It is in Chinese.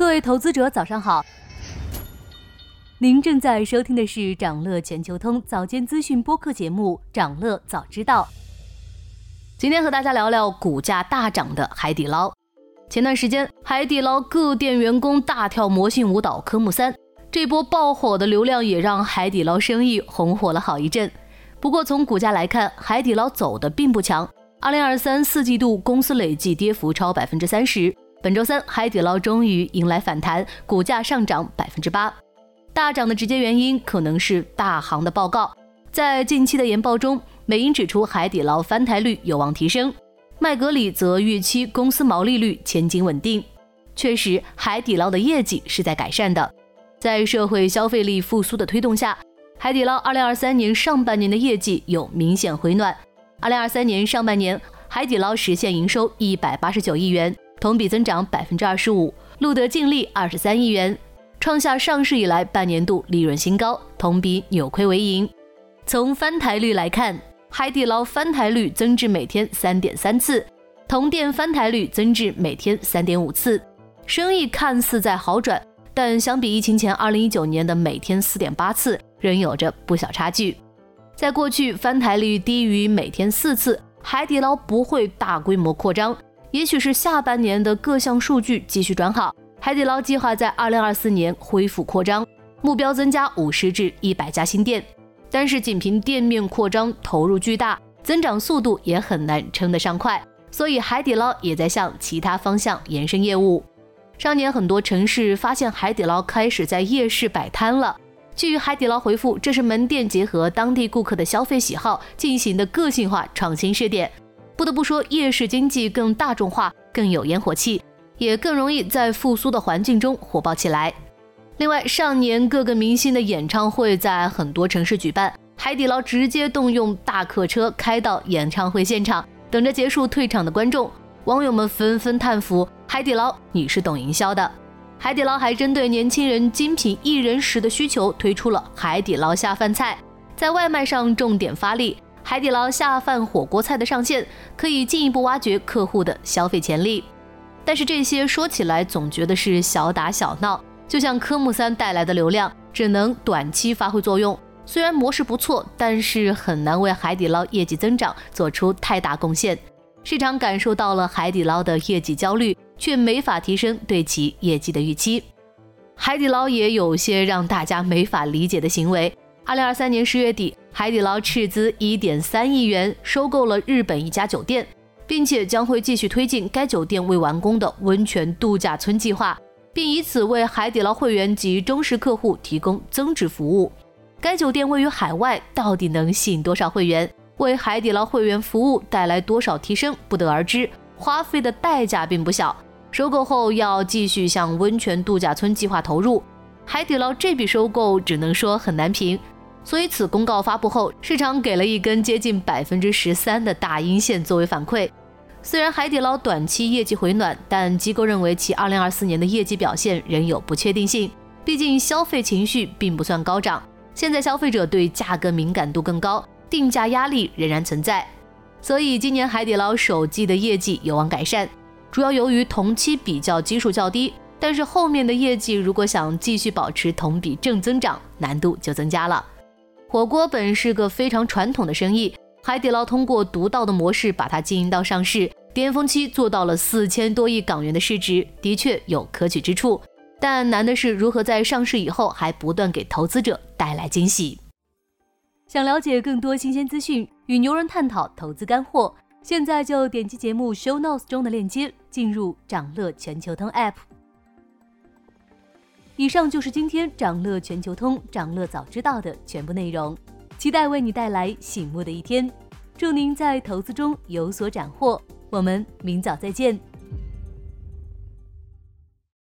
各位投资者早上好，您正在收听的是长乐全球通早间资讯播客节目长乐早知道。今天和大家聊聊股价大涨的海底捞。前段时间海底捞各店员工大跳魔性舞蹈科目3，这波爆火的流量也让海底捞生意红火了好一阵。不过从股价来看，海底捞走的并不强，2023四季度公司累计跌幅超 30%。本周三，海底捞终于迎来反弹，股价上涨 8%。大涨的直接原因可能是大行的报告。在近期的研报中，美银指出海底捞翻台率有望提升，麦格理则预期公司毛利率前景稳定。确实，海底捞的业绩是在改善的。在社会消费力复苏的推动下，海底捞2023年上半年的业绩有明显回暖。2023年上半年，海底捞实现营收189亿元，同比增长 25%， 录得净利23亿元，创下上市以来半年度利润新高，同比扭亏为盈。从翻台率来看，海底捞翻台率增至每天 3.3 次，同店翻台率增至每天 3.5 次。生意看似在好转，但相比疫情前2019年的每天 4.8 次，仍有着不小差距。在过去，翻台率低于每天4次，海底捞不会大规模扩张。也许是下半年的各项数据继续转好，海底捞计划在2024年恢复扩张，目标增加50至100家新店。但是仅凭店面扩张投入巨大，增长速度也很难称得上快，所以海底捞也在向其他方向延伸业务。上年很多城市发现海底捞开始在夜市摆摊了。据海底捞回复，这是门店结合当地顾客的消费喜好进行的个性化创新试点。不得不说，夜市经济更大众化，更有烟火气，也更容易在复苏的环境中火爆起来。另外，上年各个明星的演唱会在很多城市举办，海底捞直接动用大客车开到演唱会现场，等着结束退场的观众。网友们纷纷叹服，海底捞你是懂营销的。海底捞还针对年轻人精品一人食的需求，推出了海底捞下饭菜，在外卖上重点发力。海底捞下饭火锅菜的上线，可以进一步挖掘客户的消费潜力。但是这些说起来总觉得是小打小闹，就像科目3带来的流量，只能短期发挥作用。虽然模式不错，但是很难为海底捞业绩增长做出太大贡献。市场感受到了海底捞的业绩焦虑，却没法提升对其业绩的预期。海底捞也有些让大家没法理解的行为。2023年10月底，海底捞斥资 1.3 亿元收购了日本一家酒店，并且将会继续推进该酒店未完工的温泉度假村计划，并以此为海底捞会员及忠实客户提供增值服务。该酒店位于海外，到底能吸引多少会员，为海底捞会员服务带来多少提升不得而知，花费的代价并不小。收购后要继续向温泉度假村计划投入，海底捞这笔收购只能说很难评。所以此公告发布后，市场给了一根接近 13% 的大阴线作为反馈。虽然海底捞短期业绩回暖，但机构认为其2024年的业绩表现仍有不确定性，毕竟消费情绪并不算高涨，现在消费者对价格敏感度更高，定价压力仍然存在。所以今年海底捞首季的业绩有望改善，主要由于同期比较基数较低，但是后面的业绩如果想继续保持同比正增长，难度就增加了。火锅本是个非常传统的生意，海底捞通过独到的模式把它经营到上市，巅峰期做到了4000多亿港元的市值，的确有可取之处。但难的是如何在上市以后还不断给投资者带来惊喜。想了解更多新鲜资讯，与牛人探讨投资干货，现在就点击节目 show notes 中的链接，进入长乐全球通 app。以上就是今天长乐全球通长乐早知道的全部内容，期待为你带来醒目的一天。祝您在投资中有所斩获，我们明早再见。